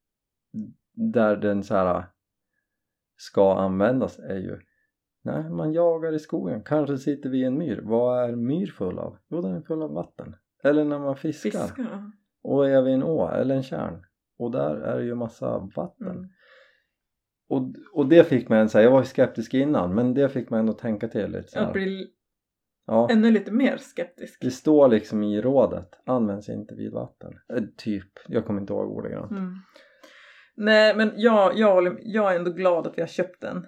där den så här ska användas är ju när man jagar i skogen. Kanske sitter vi i en myr. Vad är myr full av? Jo, den är full av vatten. Eller när man fiskar. Och är vid en å eller en kärn. Och där är det ju massa vatten. Och det fick mig att säga, jag var ju skeptisk innan. Men det fick mig ändå tänka till lite så här. Att bli ännu lite mer skeptisk. Det står liksom i rådet. Används inte vid vatten. Typ, jag kommer inte ihåg ordagrant. Nej, men jag är ändå glad att vi har köpt den.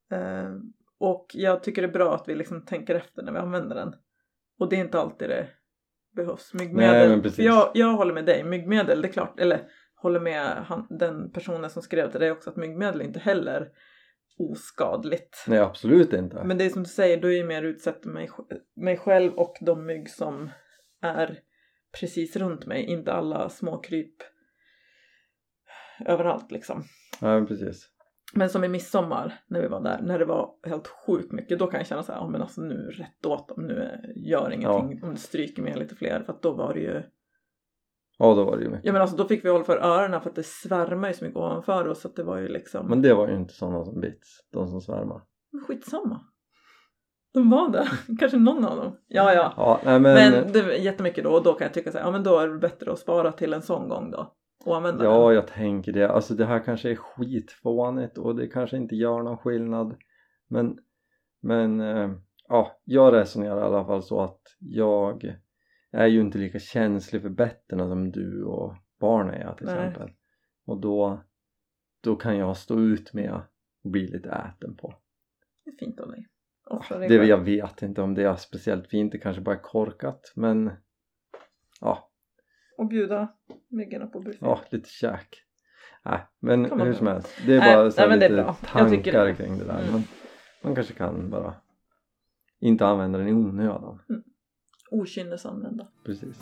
Och jag tycker det är bra att vi liksom tänker efter när vi använder den. Och det är inte alltid det behövs. Myggmedel. Nej, för jag håller med dig. Myggmedel, det är klart. Eller håller med den personen som skrev till dig också. Att myggmedel inte heller oskadligt. Nej, absolut inte. Men det är som du säger, då är jag mer utsatt mig själv och de mygg som är precis runt mig. Inte alla små kryp överallt liksom. Ja, precis. Men som i midsommar när vi var där, när det var helt sjukt mycket, då kan jag känna så här, men alltså nu rätt åt dem, nu gör ingenting om det stryker med lite fler, för att då var det ju... Ja, då var det ju mycket. Ja, men alltså då fick vi hålla för öronen för att det svärmar ju så mycket ovanför oss, så att det var ju liksom... Men det var ju inte sådana som bits, de som svärmar. Men skitsamma. De var där, kanske någon av dem. Ja, nej, men det var jättemycket då, och då kan jag tycka så här, ja men då är det bättre att spara till en sån gång då. Och använda den. Jag tänker det. Alltså det här kanske är skitfånigt och det kanske inte gör någon skillnad. Men jag resonerar i alla fall så att jag är ju inte lika känslig för betterna som du och barnen är till exempel. Och då kan jag stå ut med att bli lite äten på. Det är fint av dig. Jag vet inte om det är speciellt fint. Det kanske bara är korkat. Men och bjuda myggorna på buffé. Ja, lite käk. Men hur som helst. Det är bara så lite tankar kring det där. Men man kanske kan bara inte använda den i onödan. Okynnesanvända. Precis.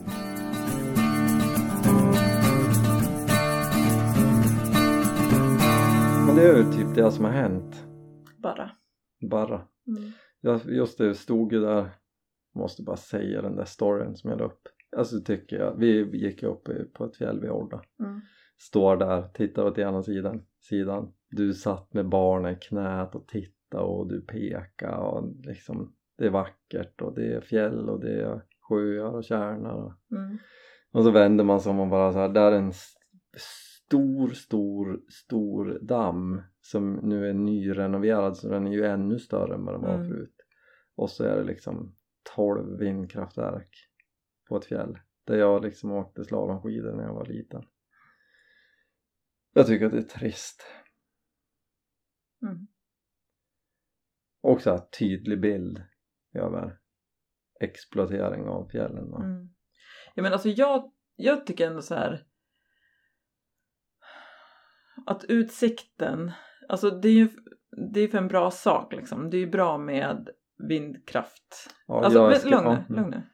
Men det är ju typ det som har hänt. Bara. Just det, stod ju där. Måste bara säga den där storyn som jag la upp. Alltså tycker jag, vi gick upp på ett fjäll vid Orda. Står där, tittar åt ena sidan. Du satt med barnen i knät och tittade och du pekade och liksom, det är vackert och det är fjäll och det är sjöar och kärnar. Och så vänder man sig om och bara så här, där är en stor damm som nu är nyrenoverad, så den är ju ännu större än vad den var förut. Och så är det liksom 12 vindkraftverk på ett fjäll där jag liksom åkte slalomskidor när jag var liten. Jag tycker att det är trist. Och så här tydlig bild över exploatering av fjällen. Ja, men alltså jag tycker ändå så här att utsikten, alltså det är för en bra sak liksom. Det är ju bra med vindkraft. Ja, alltså lugn nu.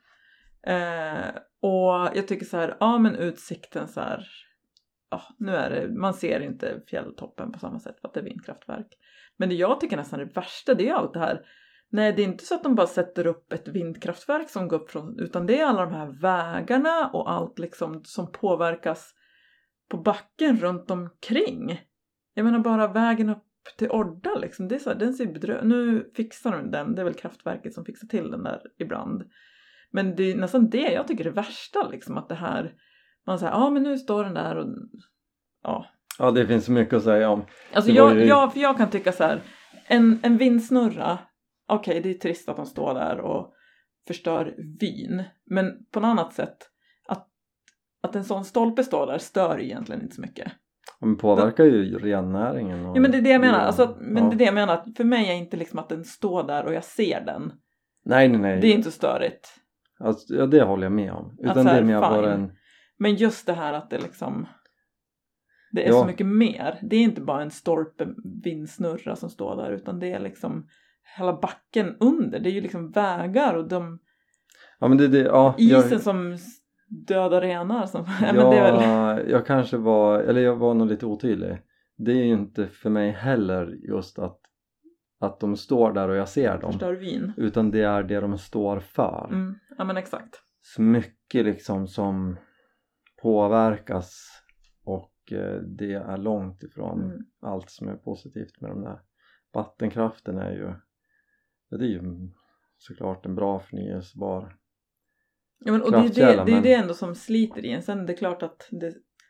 Och jag tycker så här, men utsikten så här, nu är det, man ser inte fjälltoppen på samma sätt för att det är vindkraftverk. Men det jag tycker nästan är det värsta, det är allt det här. Nej, det är inte så att de bara sätter upp ett vindkraftverk som går upp från, utan det är alla de här vägarna och allt liksom som påverkas på backen runt omkring. Jag menar bara vägen upp till Orda liksom, det är så här, den ser nu fixar de den, det är väl kraftverket som fixar till den där ibland. Men det är nästan det jag tycker är det värsta liksom, att det här, man säger, men nu står den där och Ja, det finns så mycket att säga om. Alltså jag kan tycka så här, en vindsnurra, okej, det är trist att de står där och förstör vyn, men på något annat sätt att en sån stolpe står där stör egentligen inte så mycket. Men påverkar ju rennäringen. Ja, men det är det jag menar. Alltså, det är det jag menar. För mig är inte liksom att den står där och jag ser den. Nej. Det är inte störigt. Alltså, ja, det håller jag med om. Utan det är mer bara en... Men just det här att det liksom... Det är så mycket mer. Det är inte bara en stolpe vindsnurra som står där, utan det är liksom hela backen under. Det är ju liksom vägar och Ja, men isen som döda renar. Som, ja, men det är väl... jag kanske jag var nog lite otydlig. Det är ju inte för mig heller just att de står där och jag ser dem. Förstör vin. Utan det är det de står för. Ja, men exakt. Så mycket liksom som påverkas och det är långt ifrån allt som är positivt med de där. Vattenkraften är ju såklart en bra förnyelsebar ja, men, och det är det ändå som sliter i en. Sen det är klart att det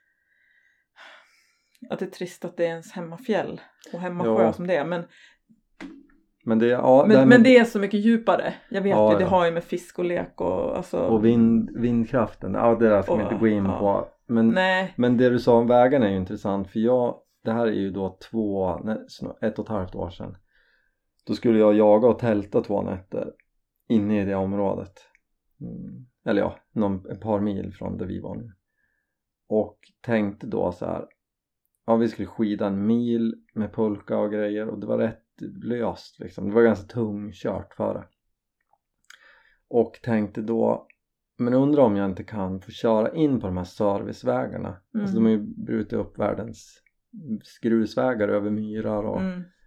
är trist att det är ens hemmafjäll och hemmasjö som det är, men det är så mycket djupare. Jag vet ju, det har ju med fisk och lek och alltså... Och vindkraften, det där ska vi inte gå in på. Men det du sa om vägarna är ju intressant, för det här är ju då 1,5 år sedan. Då skulle jag jaga och tälta 2 nätter inne i det området. Eller ja, ett par mil från där vi var nu. Och tänkte då så här, ja, vi skulle skida 1 mil med pulka och grejer, och det var rätt löst liksom. Det var ganska tungkört före. Och tänkte då, men undrar om jag inte kan få köra in på de här servicevägarna. Alltså de har ju brutit upp världens grusvägar över myrar och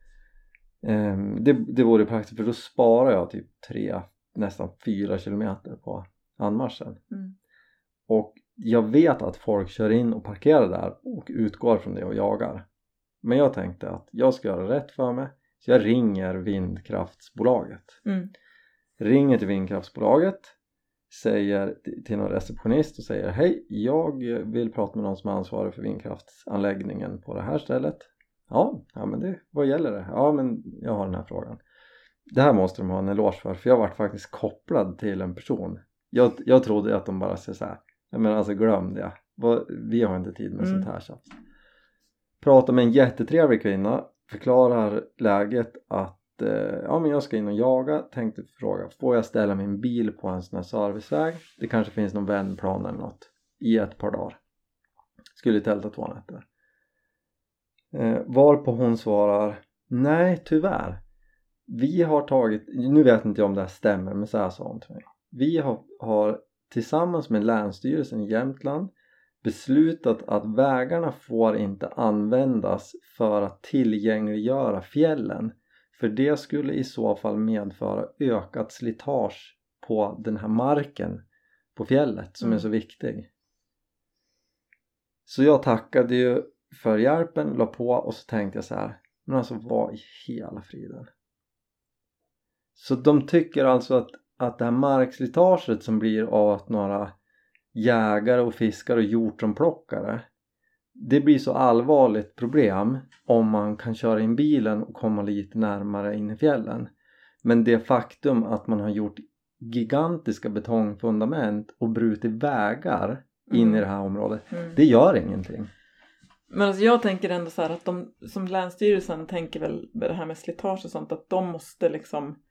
det vore praktiskt, för då sparar jag typ nästan 4 kilometer på anmarschen. Och jag vet att folk kör in och parkerar där och utgår från det och jagar. Men jag tänkte att jag ska göra rätt för mig, så jag ringer vindkraftsbolaget. Ringer till vindkraftsbolaget, säger till någon receptionist och säger: hej, jag vill prata med någon som är ansvarig för vindkraftsanläggningen på det här stället. Ja men vad gäller det? Ja, men jag har den här frågan. Det här måste de ha en eloge för jag varit faktiskt kopplad till en person. Jag trodde att de bara säger så här: men alltså glöm det, vi har inte tid med sånt här tjafs. Pratar med en jättetrevlig kvinna, förklarar läget att men jag ska in och jaga, tänkte fråga, får jag ställa min bil på en sån här serviceväg? Det kanske finns någon vändplan eller något i ett par dagar. Skulle tälta 2 nätter. Varpå hon svarar: nej, tyvärr. Vi har tagit, nu vet inte jag om det här stämmer, men så här sa hon till mig. Vi har tillsammans med Länsstyrelsen i Jämtland beslutat att vägarna får inte användas för att tillgängliggöra fjällen. För det skulle i så fall medföra ökat slitage på den här marken på fjället som är så viktig. Så jag tackade ju för hjälpen, la på, och så tänkte jag så här: men alltså vad i hela friden. Så de tycker alltså att det här markslitaget som blir av att några jägare och fiskare och hjortronplockare, det blir så allvarligt problem om man kan köra in bilen och komma lite närmare in i fjällen. Men det faktum att man har gjort gigantiska betongfundament och brutit vägar in i det här området, det gör ingenting. Men alltså jag tänker ändå så här att de, som Länsstyrelsen tänker väl med det här med slitage och sånt, att de måste liksom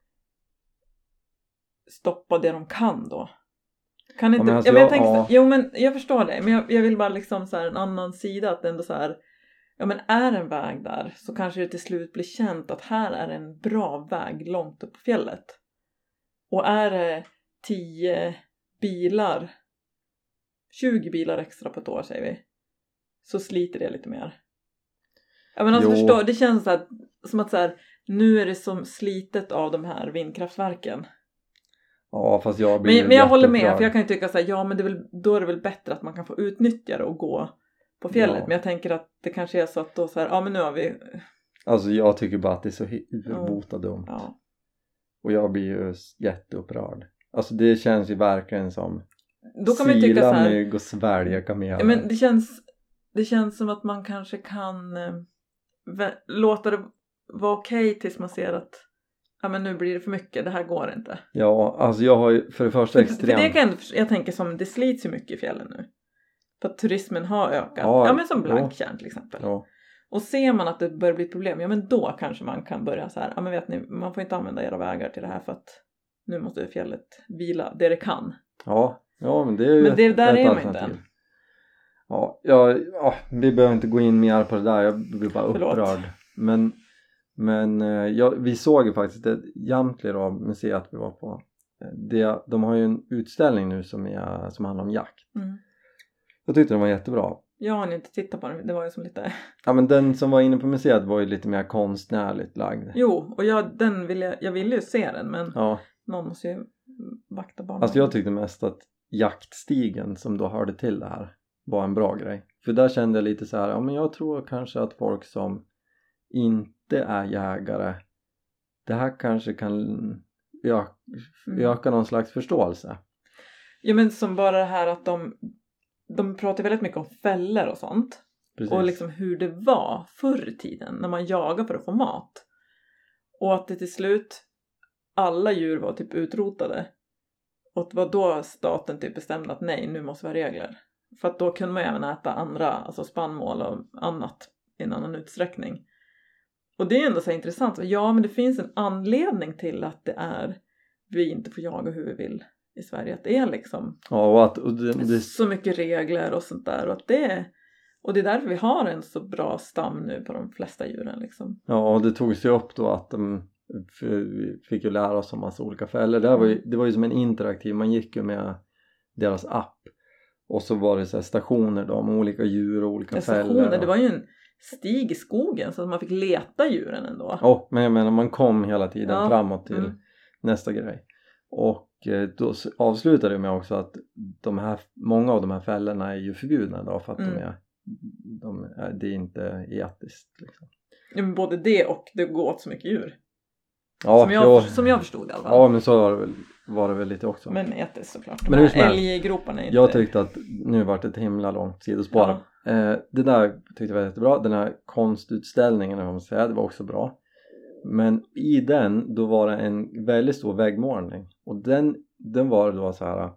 stoppa det de kan då. Kan inte, men jag förstår det, men jag vill bara liksom så här en annan sida, att ändå så här, ja men är en väg där så kanske det till slut blir känt att här är en bra väg långt upp på fjället. Och är det 10 bilar, 20 bilar extra på ett år säger vi, så sliter det lite mer. Ja men alltså förstår, det känns så här, som att så här, nu är det som slitet av de här vindkraftverken. Ja, fast jag blir men jag håller med, för jag kan ju tycka så här, ja men då är det väl bättre att man kan få utnyttja det och gå på fjället. Ja. Men jag tänker att det kanske är så att då så här, ja men nu har vi... Alltså jag tycker bara att det är så urbota dumt. Ja. Och jag blir ju jätteupprörd. Alltså det känns ju verkligen som då kan man ju tycka så här, mygg och svälja kameler. Ja, men det känns som att man kanske kan låta det vara okej tills man ser att ja men nu blir det för mycket, det här går inte. Ja, alltså jag har ju för det första extremt... För jag tänker som det slits ju mycket i fjällen nu. För att turismen har ökat. Ja men som Blanktjärn till exempel. Ja. Och ser man att det börjar bli ett problem, ja men då kanske man kan börja så här, ja men vet ni, man får inte använda era vägar till det här för att nu måste fjället vila det kan. Ja men det är ju men det där är man inte än. Vi behöver inte gå in mer på det där. Jag blir bara upprörd. Förlåt. Men vi såg ju faktiskt ett Jamtli då, museet vi var på. De har ju en utställning nu som handlar om jakt. Mm. Jag tyckte den var jättebra. Jag har inte tittat på den. Det var ju som lite... Ja, men den som var inne på museet var ju lite mer konstnärligt lagd. Jo, och jag ville ju se den, men någon måste ju vakta barnen. Alltså jag tyckte mest att jaktstigen som då hörde till det här var en bra grej. För där kände jag lite så här, men jag tror kanske att folk som inte är jägare, det här kanske kan öka någon slags förståelse. Ja, men som bara det här att de pratar väldigt mycket om fällor och sånt. Precis. Och liksom hur det var förr i tiden när man jagade för att få mat. Och att det till slut alla djur var typ utrotade. Och det var då staten typ bestämde att nej, nu måste vi ha regler. För att då kunde man även äta andra, alltså spannmål och annat i en annan utsträckning. Och det är ändå så intressant. Ja, men det finns en anledning till att vi inte får jaga hur vi vill i Sverige. Att det är liksom så mycket regler och sånt där. Och det är därför vi har en så bra stam nu på de flesta djuren liksom. Ja, och det tog sig upp då att vi fick ju lära oss om massa olika fällor. Det var ju som en interaktiv, man gick ju med deras app. Och så var det så här stationer då med olika djur och olika fällor. Det var ju en stig i skogen så att man fick leta djuren ändå. Ja, men jag menar man kom hela tiden framåt till nästa grej. Och då avslutade det med också att många av de här fällorna är ju förbjudna då för att det är inte etiskt liksom. Ja, men både det och det går åt så mycket djur. Ja, som jag förstod i alla fall. Ja, men så var det väl lite också. Men etiskt såklart. Men älggroparna är inte... Jag tyckte att nu var det ett himla långt sidospår. Ja. Det där tyckte jag var jättebra. Den här konstutställningen, om man säger, det var också bra. Men i den, då var det en väldigt stor väggmålning. Och den var då så här...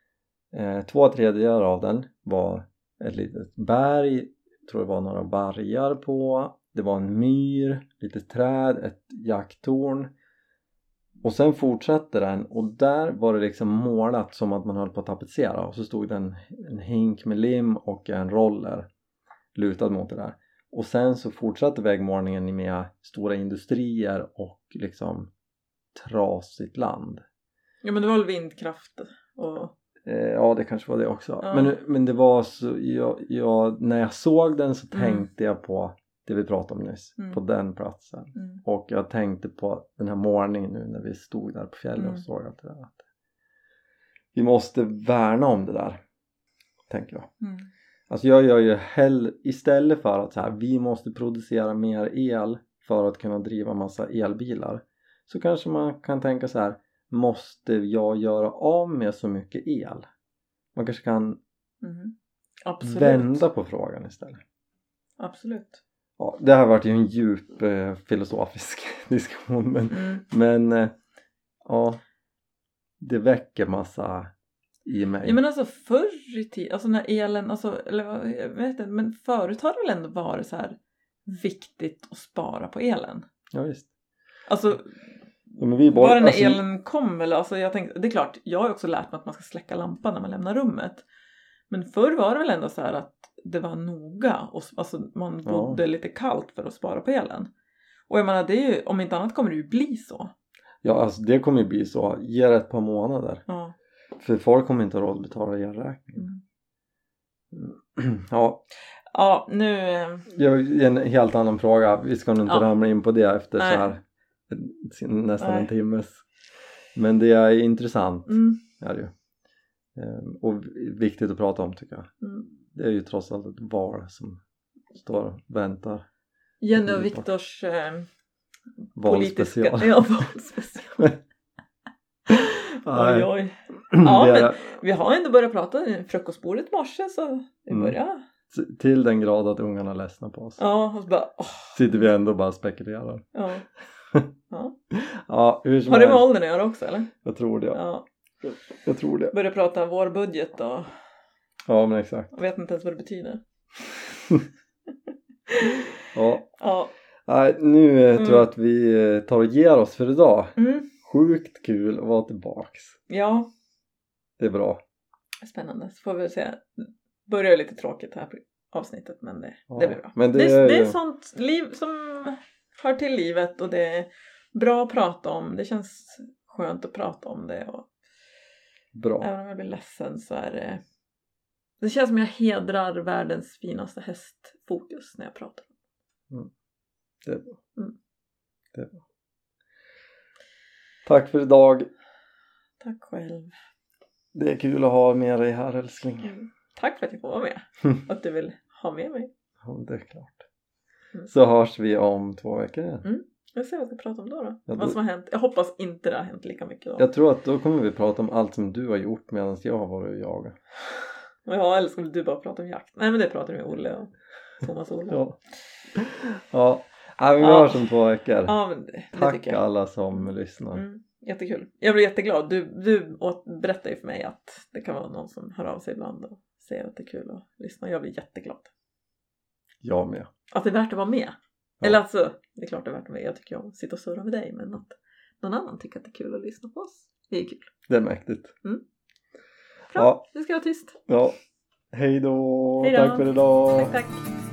2/3 av den var ett litet berg. Jag tror det var några vargar på. Det var en myr, lite träd, ett jakttorn. Och sen fortsatte den och där var det liksom målat som att man höll på att tapetsera. Och så stod det en hink med lim och en roller lutad mot det där. Och sen så fortsatte vägmålningen med stora industrier och liksom trasigt land. Ja, men det var väl vindkraft och... Ja, det kanske var det också. Ja. Men det var så... när jag såg den så tänkte jag på det vi pratade om nyss. På den platsen. Och jag tänkte på den här morgonen nu när vi stod där på fjällen och såg allt det där. Vi måste värna om det där. Tänker jag. Alltså jag gör ju istället för att så här, vi måste producera mer el för att kunna driva massa elbilar. Så kanske man kan tänka så här, måste jag göra av med så mycket el? Man kanske kan vända på frågan istället. Absolut. Ja, det har varit ju en djup filosofisk diskussion. Men ja, det väcker massa i mig. Ja, men alltså förr i tiden, alltså när elen, alltså, eller jag vet inte, men förut har det väl ändå varit så här viktigt att spara på elen. Ja, visst. Alltså, men bara när elen kom, eller alltså jag tänkte, det är klart, jag har också lärt mig att man ska släcka lampan när man lämnar rummet. Men förr var det väl ändå så här att det var noga och alltså man bodde lite kallt för att spara på elen. Och jag menar, det är ju, om inte annat kommer det ju bli så. Ja, alltså det kommer ju bli så. Ge det ett par månader. Ja. För folk kommer inte ha råd att betala elräkningen. Ja, nu... En helt annan fråga. Vi ska nog inte ramla in på det efter så här nästan en timmes. Men det är intressant. Är det ju. Och viktigt att prata om, tycker jag. Det är ju trots allt ett val som står och väntar. Jenny och Viktors valspecial. Valspecial. Oj. Ja, men vi har ändå börjat prata i frukostbordet i morse, så vi börjar. Till den grad att ungarna ledsnar på oss. Ja, och så bara... sitter vi ändå bara och spekulerar. Ja. Ja, har det med åldern att göra också, eller? Jag tror det. Ja. Jag tror det. Börjar prata vår budget och... Ja, men exakt. Jag vet inte ens vad det betyder. Ja. Nej, nu tror jag att vi tar och ger oss för idag. Sjukt kul att vara tillbaks. Ja. Det är bra. Spännande. Så får vi se börjar lite tråkigt här på avsnittet, men det blir bra. Men det är sånt liv som hör till livet och det är bra att prata om. Det känns skönt att prata om det. Och bra. Även om jag blir ledsen så är det känns som jag hedrar världens finaste hästfokus när jag pratar. Det är bra. Det är bra. Tack för idag. Tack själv. Det är kul att ha med dig här, älskling. Tack för att jag får vara med. Och att du vill ha med mig. Ja, det är klart. Så hörs vi om 2 veckor igen. Jag ser vad jag ska prata om då. Ja, vad som har hänt. Jag hoppas inte det har hänt lika mycket då. Jag tror att då kommer vi prata om allt som du har gjort medan jag har varit och jagat. Ja, eller skulle du bara prata om jakt? Nej, men det pratar du med Olle och Thomas och Olle. Ja, vi hörs om 2 veckor. Ja, men det tack alla som lyssnar. Jättekul. Jag blir jätteglad. Du berättar ju för mig att det kan vara någon som hör av sig ibland och säger att det är kul att lyssna. Jag blir jätteglad. Jag med. Att det är värt att vara med. Ja. Eller alltså, det är klart det är värt att vara med. Jag tycker om att sitta och surra med dig. Men att någon annan tycker att det är kul att lyssna på oss. Det är kul. Det är mäktigt. Bra, vi ska vara tyst. Ja. Hej då. Hej då. Tack för idag. Tack.